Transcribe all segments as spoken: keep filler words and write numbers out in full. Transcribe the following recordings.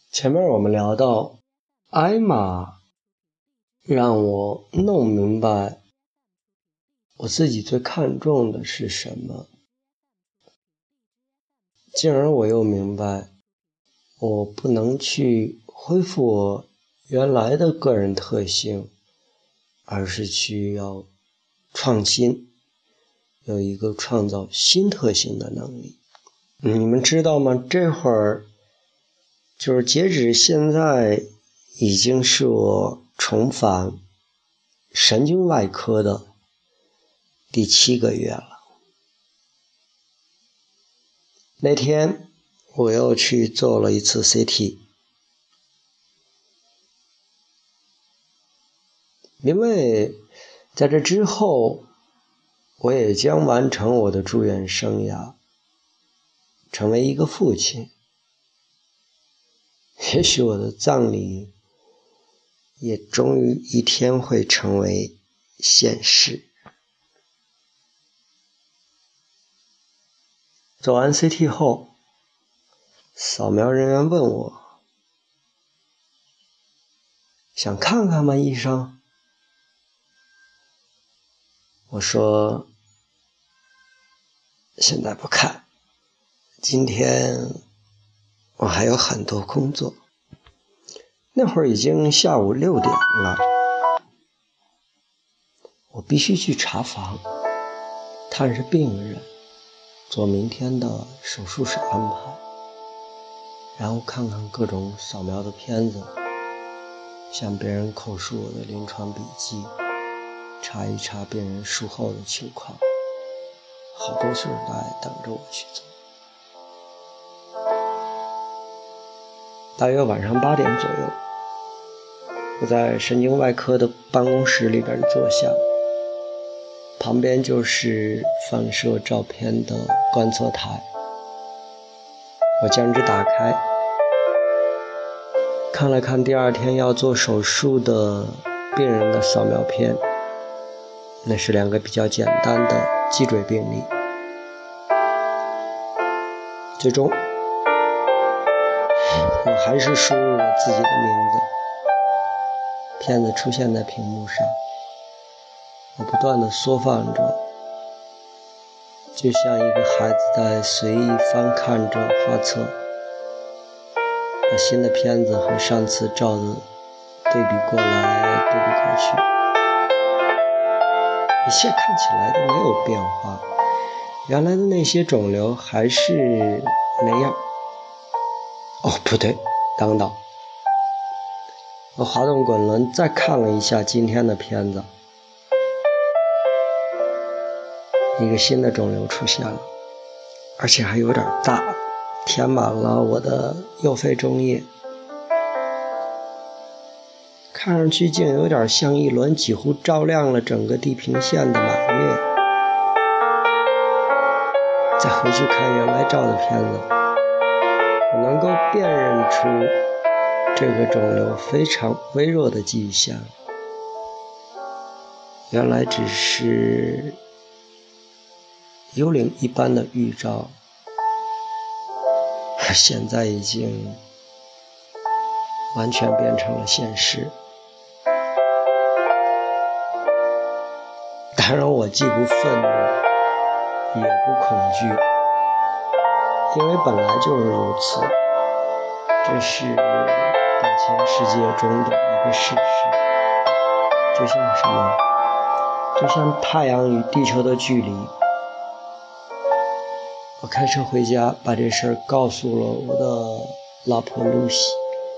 前面我们聊到艾玛让我弄明白我自己最看重的是什么，进而我又明白我不能去恢复我原来的个人特性，而是去要创新，有一个创造新特性的能力。你们知道吗？这会儿就是截止现在已经是我重返神经外科的第七个月了。那天我又去做了一次 C T， 因为在这之后我也将完成我的住院生涯，成为一个父亲。也许我的葬礼也终于一天会成为现实。做完 C T 后，扫描人员问我，想看看吗，医生？我说，现在不看，今天我还有很多工作。那会儿已经下午六点了，我必须去查房，探视病人，做明天的手术室安排，然后看看各种扫描的片子，向别人口述我的临床笔记，查一查病人术后的情况，好多事在等着我去做。大约晚上八点左右，我在神经外科的办公室里边坐下，旁边就是放射照片的观测台。我将之打开，看了看第二天要做手术的病人的扫描片，那是两个比较简单的脊椎病例。最终我还是输入了自己的名字，片子出现在屏幕上，我不断地缩放着，就像一个孩子在随意翻看着画册，把新的片子和上次照的对比过来对比过去，一切看起来都没有变化，原来的那些肿瘤还是那样。哦，不对，等等，我滑动滚轮再看了一下今天的片子，一个新的肿瘤出现了，而且还有点大，填满了我的右肺中叶，看上去竟有点像一轮几乎照亮了整个地平线的满月。再回去看原来照的片子，我能够辨认出这个肿瘤非常微弱的迹象，原来只是幽灵一般的预兆，现在已经完全变成了现实。当然我既不愤怒也不恐惧，因为本来就是如此，这是大千世界中的一个事实。就像什么？就像太阳与地球的距离。我开车回家，把这事儿告诉了我的老婆露西。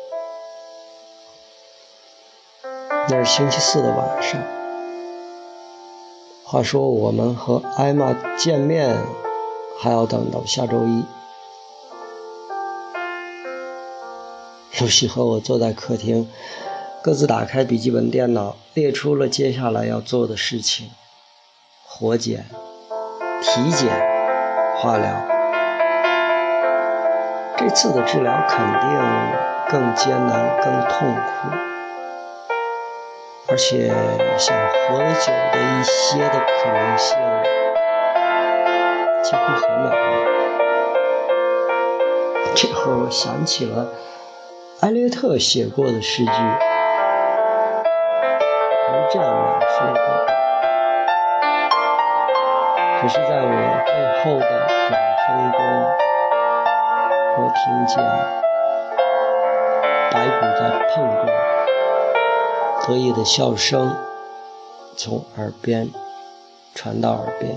那是星期四的晚上。话说我们和艾玛见面还要等到下周一。露西和我坐在客厅，各自打开笔记本电脑，列出了接下来要做的事情：活检、体检、化疗。这次的治疗肯定更艰难、更痛苦，而且想活得久的一些的可能性几乎很渺茫。这会儿我想起了艾略特写过的诗句，是这样描述的。可是在我背后的晚风中，我听见白骨在碰撞，得意的笑声从耳边传到耳边。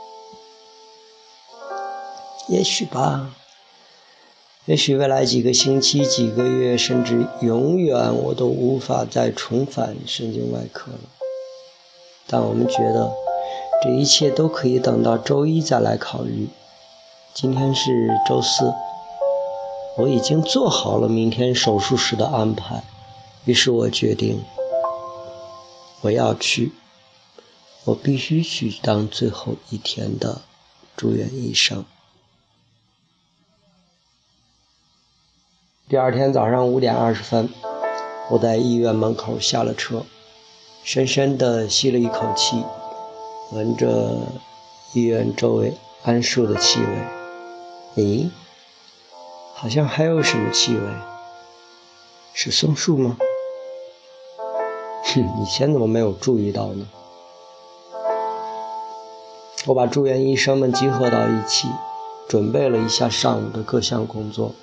也许吧，也许未来几个星期、几个月，甚至永远，我都无法再重返神经外科了。但我们觉得这一切都可以等到周一再来考虑。今天是周四，我已经做好了明天手术时的安排，于是我决定我要去，我必须去当最后一天的住院医生。第二天早上五点二十分，我在医院门口下了车，深深地吸了一口气，闻着医院周围桉树的气味。咦，好像还有什么气味？是松树吗？哼，以前怎么没有注意到呢？我把住院医生们集合到一起，准备了一下上午的各项工作。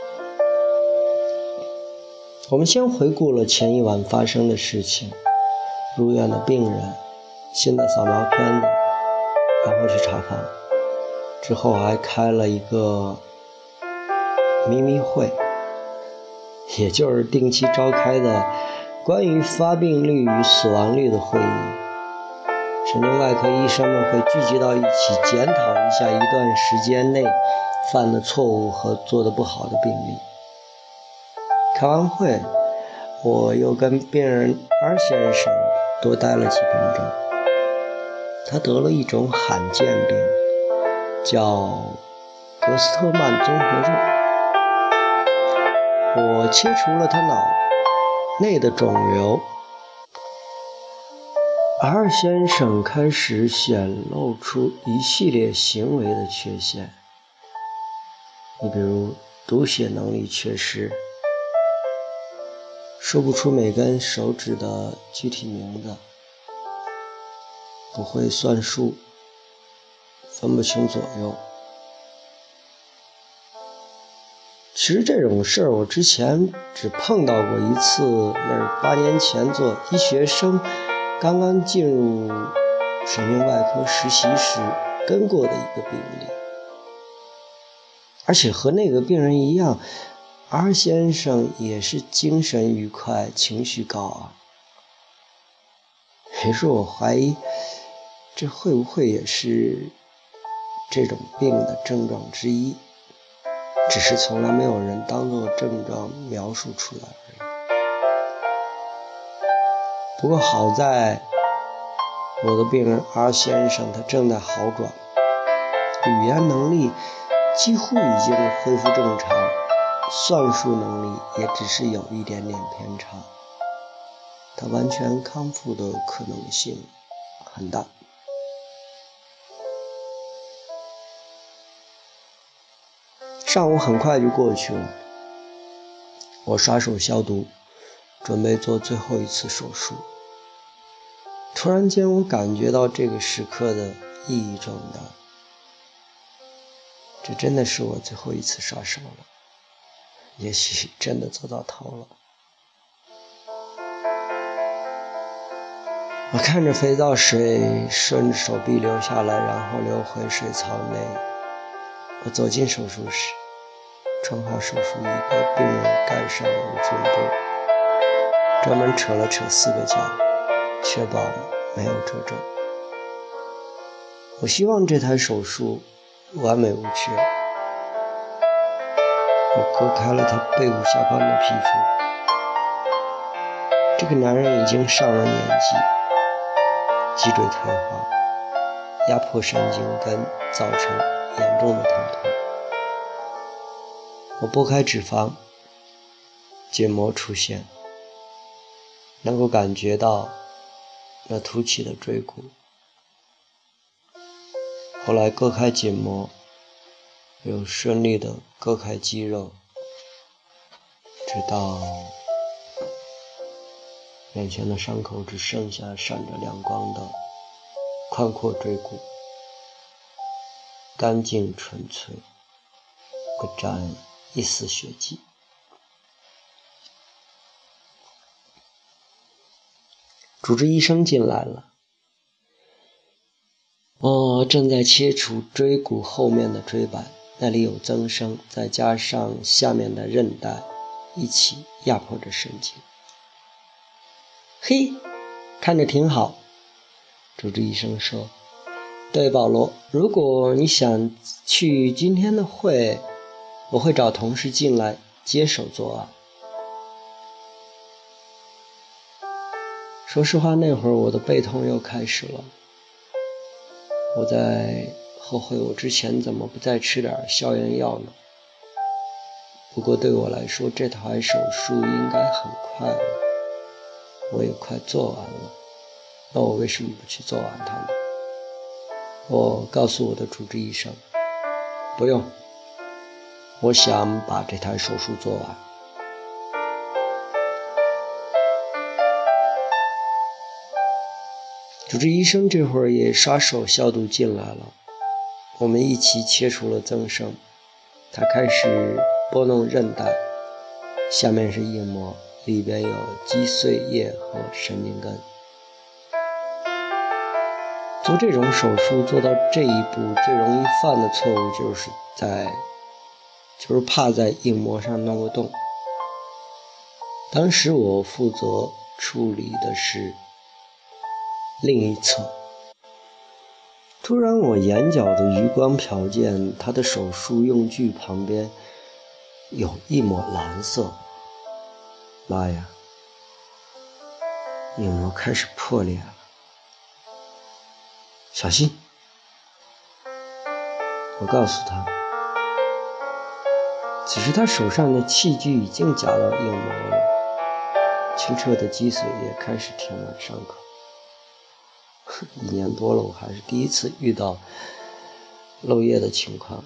我们先回顾了前一晚发生的事情，入院的病人，新的扫描片子，然后去查房。之后还开了一个秘密会，也就是定期召开的关于发病率与死亡率的会议。神经外科医生们会聚集到一起，检讨一下一段时间内犯的错误和做得不好的病例。开完会，我又跟病人 R 先生多待了几分钟。他得了一种罕见病，叫格斯特曼综合症。我切除了他脑内的肿瘤。R 先生开始显露出一系列行为的缺陷，你比如读写能力缺失，说不出每根手指的具体名字，不会算数，分不清左右。其实这种事儿我之前只碰到过一次，那是八年前做医学生刚刚进入神经外科实习时跟过的一个病例。而且和那个病人一样， R 先生也是精神愉快，情绪高昂。于是我怀疑这会不会也是这种病的症状之一，只是从来没有人当作症状描述出来而已。不过好在我的病人 R 先生他正在好转，语言能力几乎已经恢复正常，算术能力也只是有一点点偏差，他完全康复的可能性很大。上午很快就过去了，我刷手消毒，准备做最后一次手术。突然间我感觉到这个时刻的意义重大，这真的是我最后一次刷手了，也许真的走到头了。我看着肥皂水顺着手臂流下来，然后流回水槽内。我走进手术室，穿好手术衣，给病人盖上无菌布，专门扯了扯四个角，确保没有褶皱。我希望这台手术完美无缺。我割开了他背部下方的皮肤。这个男人已经上了年纪，脊椎退化，压迫神经根，造成严重的疼痛。我拨开脂肪，结膜出现，能够感觉到那凸起的椎骨。后来割开结膜，又顺利地割开肌肉， 直到眼前的伤口只剩下闪着亮光的宽阔椎骨，干净纯粹，不沾一丝血迹。主治医生进来了，我正在切除椎骨后面的椎板，那里有增生，再加上下面的韧带一起压迫着神经。嘿，看着挺好，主治医生说。对，保罗，如果你想去今天的会，我会找同事进来接手作案。说实话，那会儿我的背痛又开始了，我在后悔我之前怎么不再吃点消炎药呢？不过对我来说，这台手术应该很快了，我也快做完了，那我为什么不去做完它呢？我告诉我的主治医生，不用，我想把这台手术做完。主治医生这会儿也刷手消毒进来了，我们一起切除了增生。他开始拨弄韧带，下面是硬膜，里边有脊髓液和神经根。做这种手术做到这一步，最容易犯的错误就是在就是怕在硬膜上弄个洞。当时我负责处理的是另一侧。突然我眼角的余光瞟见他的手术用具旁边有一抹蓝色，妈呀，硬膜开始破裂了，小心！我告诉他。此时他手上的器具已经夹到硬膜了，清澈的脊髓也开始填满伤口。一年多了，我还是第一次遇到漏液的情况。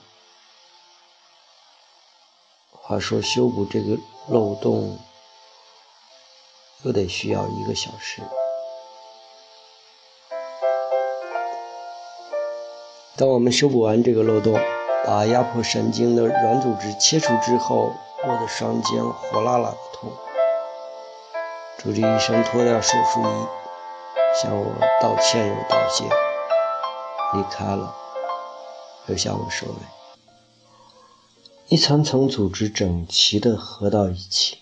话说修补这个漏洞又得需要一个小时。当我们修补完这个漏洞，把压迫神经的软组织切除之后，我的双肩火辣辣的痛。主治医生脱掉手术衣，向我道歉又道谢，离开了，留下我收尾。一层层组织整齐地合到一起，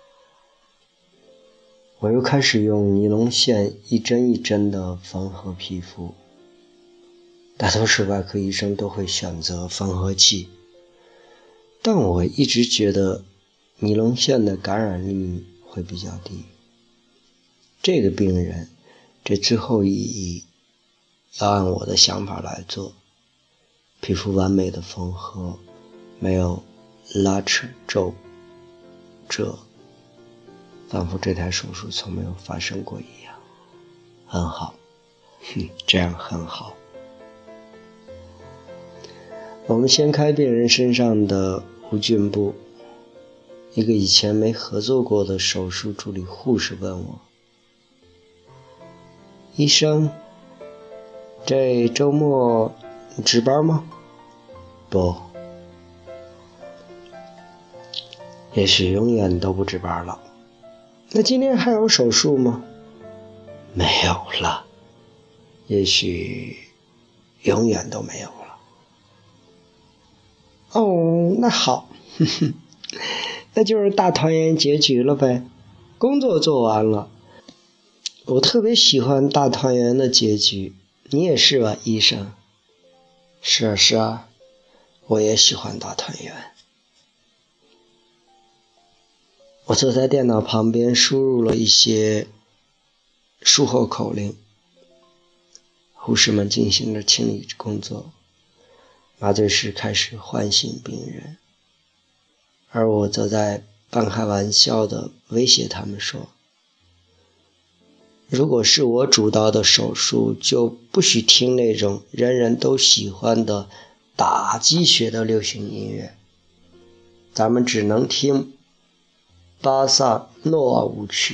我又开始用尼龙线一针一针地缝合皮肤。大多数外科医生都会选择缝合器，但我一直觉得尼龙线的感染力会比较低。这个病人，这最后一役要按我的想法来做，皮肤完美的缝合，没有拉扯皱褶，仿佛这台手术从没有发生过一样。很好，哼，这样很好。我们掀开病人身上的无菌布，一个以前没合作过的手术助理护士问我，医生，这周末你值班吗？不，也许永远都不值班了。那今天还有手术吗？没有了，也许永远都没有了。哦，那好，呵呵，那就是大团圆结局了呗，工作做完了。我特别喜欢大团圆的结局，你也是吧，医生？是啊是啊，我也喜欢大团圆。我坐在电脑旁边输入了一些术后口令，护士们进行着清理工作，麻醉师开始唤醒病人，而我则在半开玩笑地威胁他们说，如果是我主导的手术，就不许听那种人人都喜欢的打鸡血的流行音乐，咱们只能听巴萨诺瓦舞曲。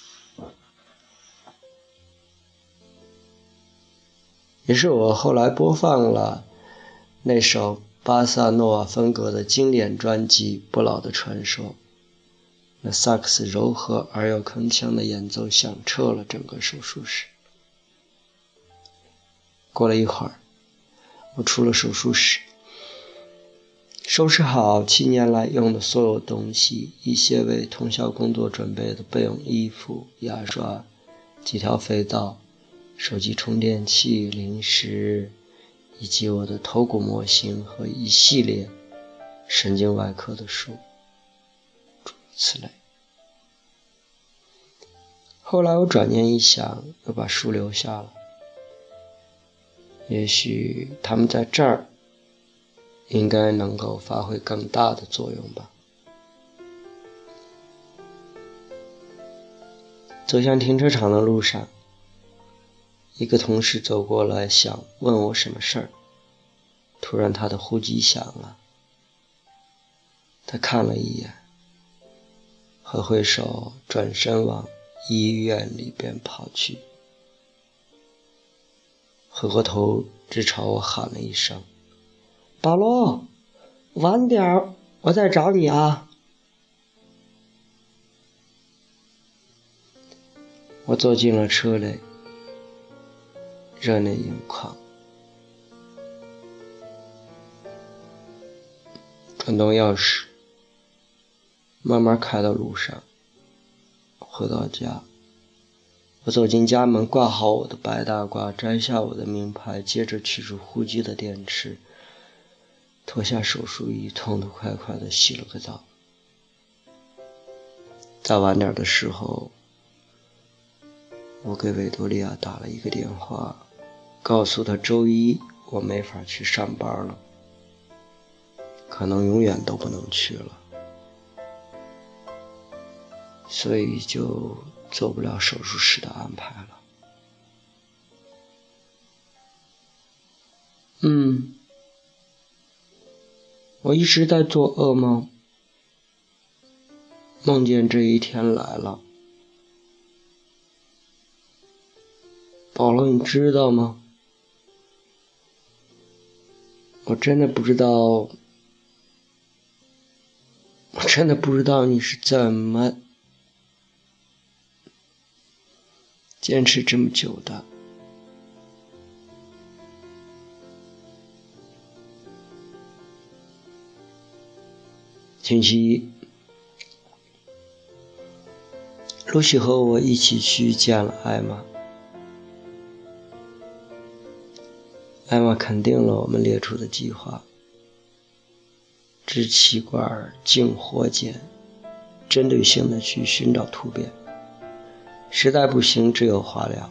也是我后来播放了那首巴萨诺瓦风格的经典专辑《不老的传说》。那萨克斯柔和而又铿锵的演奏响彻了整个手术室。过了一会儿，我出了手术室，收拾好七年来用的所有东西，一些为通宵工作准备的备用衣服、牙刷、几条肥皂、手机充电器、零食，以及我的头骨模型和一系列神经外科的书，诸如此类。后来我转念一想，又把书留下了。也许他们在这儿应该能够发挥更大的作用吧。走向停车场的路上，一个同事走过来想问我什么事儿，突然他的呼机响了。他看了一眼，挥挥手转身往医院里边跑去，回过头只朝我喊了一声：保罗，晚点儿，我再找你啊。我走进了车内，热泪盈眶，转动钥匙，慢慢开到路上。回到家，我走进家门，挂好我的白大褂，摘下我的名牌，接着取出呼机的电池，脱下手术衣，痛痛快快地洗了个澡。再晚点的时候，我给维多利亚打了一个电话，告诉她周一我没法去上班了，可能永远都不能去了，所以就做不了手术室的安排了。嗯，我一直在做噩梦，梦见这一天来了。保罗，你知道吗？我真的不知道，我真的不知道你是怎么坚持这么久的。星期一，露西和我一起去见了艾玛。艾玛肯定了我们列出的计划：支气管镜活检，针对性的去寻找突变，实在不行只有化疗。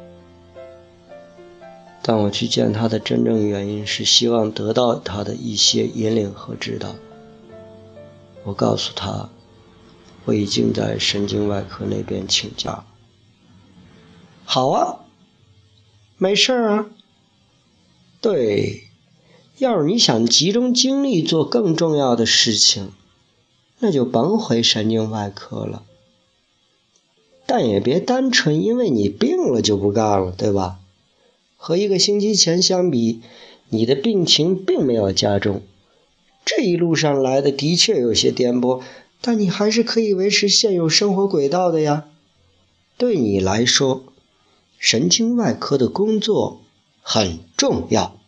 但我去见他的真正原因是希望得到他的一些引领和指导。我告诉他，我已经在神经外科那边请假了。好啊，没事啊。对，要是你想集中精力做更重要的事情，那就甭回神经外科了。但也别单纯因为你病了就不干了，对吧？和一个星期前相比，你的病情并没有加重。这一路上来的的确有些颠簸，但你还是可以维持现有生活轨道的呀。对你来说，神经外科的工作很重要。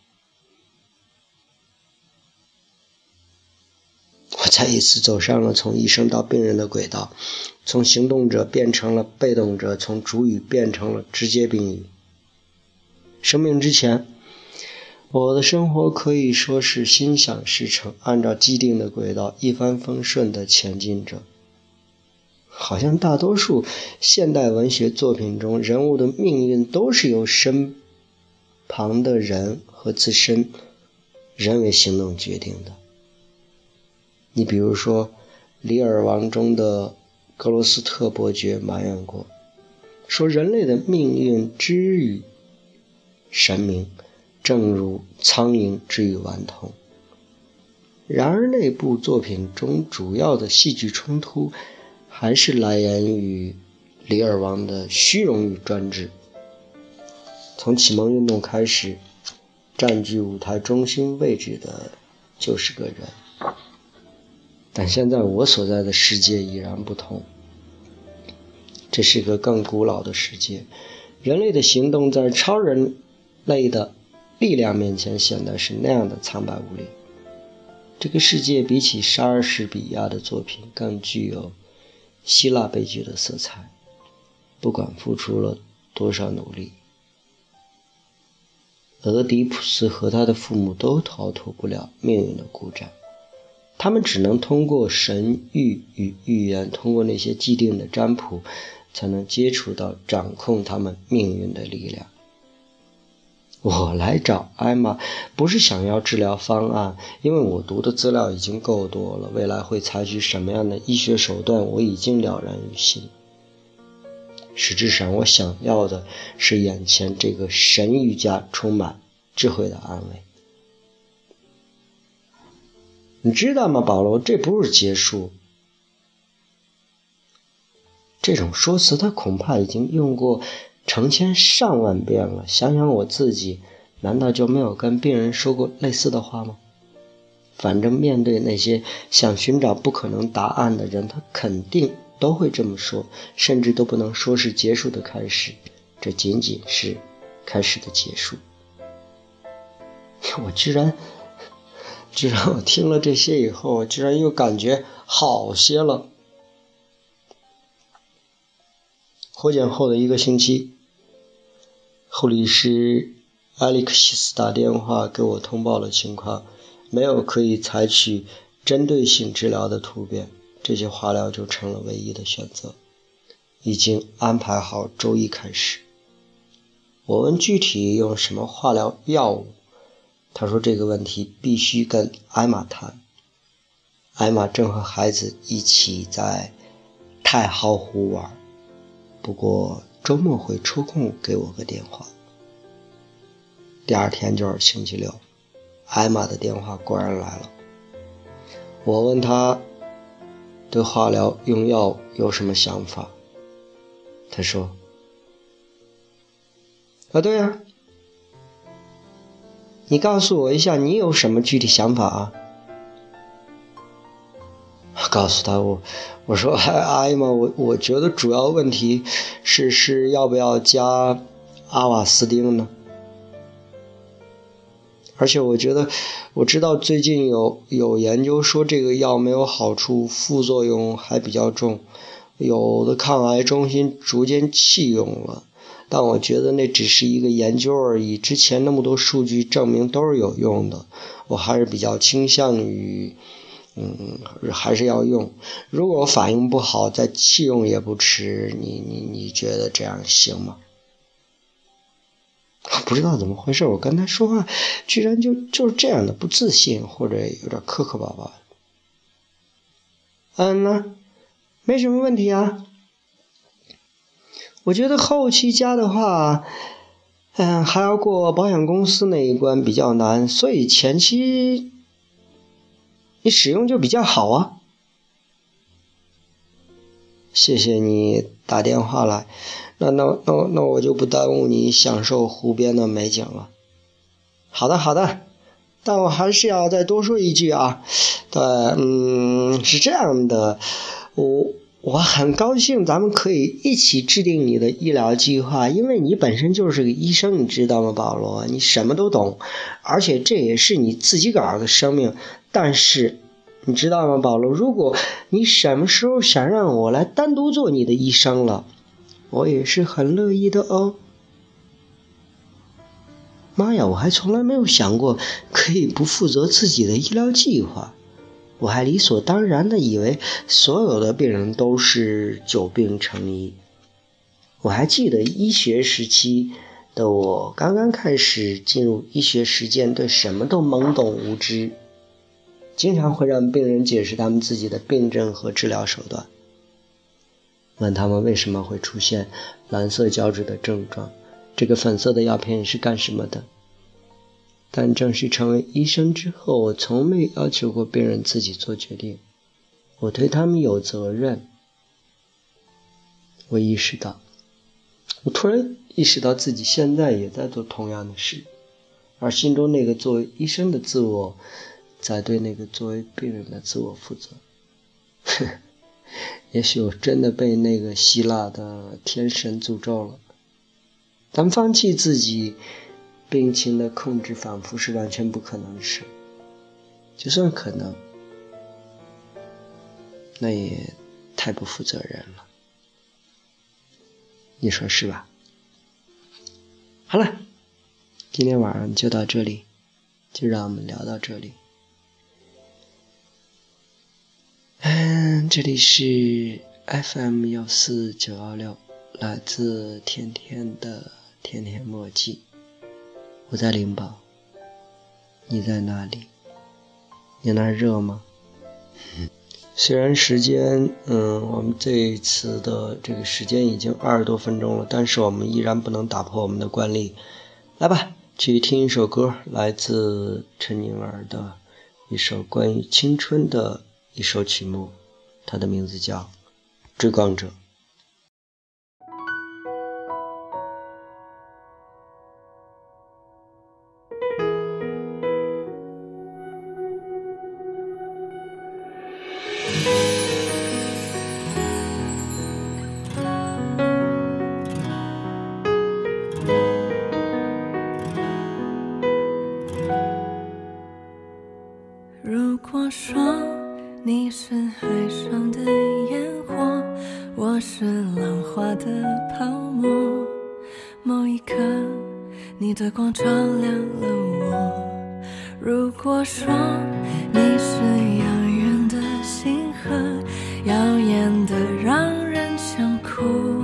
我再一次走上了从医生到病人的轨道，从行动者变成了被动者，从主语变成了直接宾语。生病之前，我的生活可以说是心想事成，按照既定的轨道一帆风顺地前进着。好像大多数现代文学作品中人物的命运都是由身旁的人和自身人为行动决定的。你比如说《李尔王》中的格罗斯特伯爵埋怨过，说人类的命运之于神明，正如苍蝇之于顽童。然而那部作品中主要的戏剧冲突还是来源于李尔王的虚荣与专制。从启蒙运动开始，占据舞台中心位置的就是个人。但现在我所在的世界已然不同，这是个更古老的世界，人类的行动在超人类的力量面前显得是那样的苍白无力。这个世界比起莎士比亚的作品更具有希腊悲剧的色彩，不管付出了多少努力，俄狄浦斯和他的父母都逃脱不了命运的孤占，他们只能通过神谕与预言，通过那些既定的占卜，才能接触到掌控他们命运的力量。我来找艾玛不是想要治疗方案，因为我读的资料已经够多了，未来会采取什么样的医学手段我已经了然于心。实质上我想要的是眼前这个神谕家充满智慧的安慰。你知道吗，保罗，这不是结束。这种说辞他恐怕已经用过成千上万遍了，想想我自己，难道就没有跟病人说过类似的话吗？反正面对那些想寻找不可能答案的人，他肯定都会这么说，甚至都不能说是结束的开始，这仅仅是开始的结束。我居然居然我听了这些以后，我居然又感觉好些了。活检后的一个星期，护理师艾利克西斯打电话给我通报了情况，没有可以采取针对性治疗的突变，这些化疗就成了唯一的选择。已经安排好周一开始。我问具体用什么化疗药物，他说这个问题必须跟艾玛谈。艾玛正和孩子一起在太浩湖玩，不过周末会抽空给我个电话。第二天就是星期六，艾玛的电话果然来了。我问他对化疗用药有什么想法，他说啊，对啊，你告诉我一下你有什么具体想法啊？告诉他我我说艾玛，我我觉得主要问题是是要不要加阿瓦斯丁呢？而且我觉得我知道最近有有研究说这个药没有好处，副作用还比较重，有的抗癌中心逐渐弃用了，但我觉得那只是一个研究而已，之前那么多数据证明都是有用的，我还是比较倾向于嗯，还是要用，如果反应不好再弃用也不迟，你你你觉得这样行吗？不知道怎么回事，我跟他说话居然就就是这样的不自信，或者有点磕磕巴巴。嗯呢，没什么问题啊。我觉得后期加的话，嗯，还要过保险公司那一关比较难，所以前期你使用就比较好啊。谢谢你打电话来，那那那那我就不耽误你享受湖边的美景了。好的好的，但我还是要再多说一句啊，对，嗯，是这样的，我我很高兴咱们可以一起制定你的医疗计划，因为你本身就是个医生，你知道吗，保罗？你什么都懂，而且这也是你自己个儿的生命。但是你知道吗，保罗？如果你什么时候想让我来单独做你的医生了，我也是很乐意的哦。妈呀，我还从来没有想过可以不负责自己的医疗计划。我还理所当然的以为所有的病人都是久病成医。我还记得医学时期的我刚刚开始进入医学实践，对什么都懵懂无知，经常会让病人解释他们自己的病症和治疗手段，问他们为什么会出现蓝色胶质的症状，这个粉色的药片是干什么的。但正式成为医生之后，我从没要求过病人自己做决定，我对他们有责任。 我意识到，我突然意识到自己现在也在做同样的事，而心中那个作为医生的自我在对那个作为病人的自我负责。也许我真的被那个希腊的天神诅咒了。但放弃自己病情的控制仿佛是完全不可能的事，就算可能，那也太不负责任了，你说是吧？好了，今天晚上就到这里，就让我们聊到这里。嗯，这里是 F M 一四九一六，来自甜甜的甜甜墨迹。我在灵宝，你在哪里？你那儿热吗？虽然时间，嗯，我们这一次的这个时间已经二十多分钟了，但是我们依然不能打破我们的惯例。来吧，去听一首歌，来自陈宁儿的一首关于青春的一首曲目，它的名字叫《追光者》。 如果说你是海上的烟火，我是浪花的泡沫，某一刻你的光照亮了我。如果说你是遥远的星河，耀眼的让人想哭，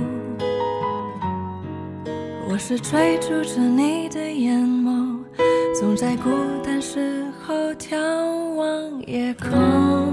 我是追逐着你的眼眸，总在孤单时候眺望夜空。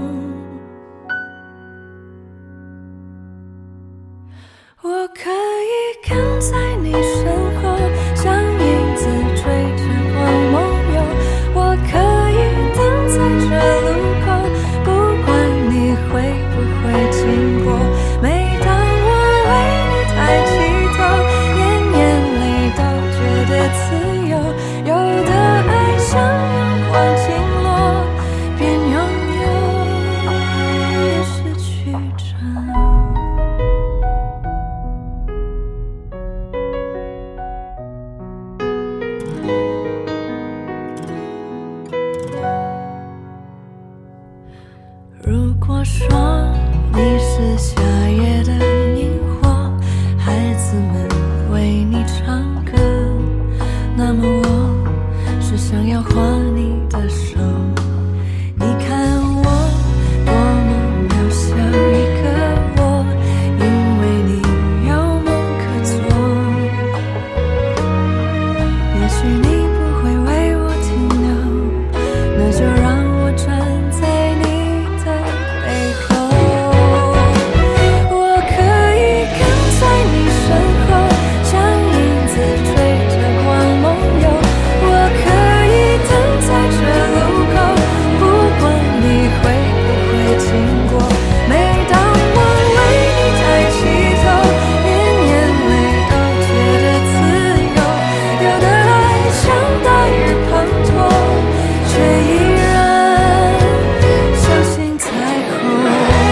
我可以跟在你身后，像影子追着光梦游。我可以等在这路口，不管你会不会经过。每当我为你抬起头，连眼泪都觉得自由。有的爱像阳光倾落，边拥有也失去着。如果说你是夏夜的萤火，孩子们为你唱歌，那么我是想要画你的手。你看我多么渺小一个我，因为你有梦可做。也许你不会为我停留，那就让我站在你背后。我可以跟在你身后，像影子追着光梦游。我可以等在这路口，不管你会不会经过。每当我为你抬起头，连眼泪都觉得自由。有的爱像大雨滂沱，却依然相信彩虹。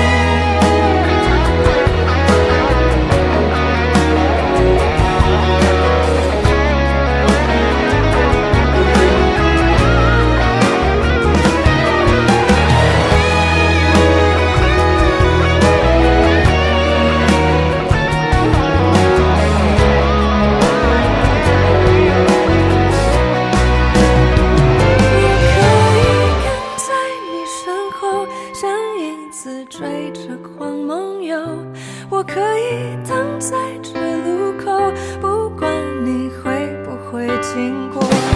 追着光梦游，我可以等在这路口，不管你会不会经过。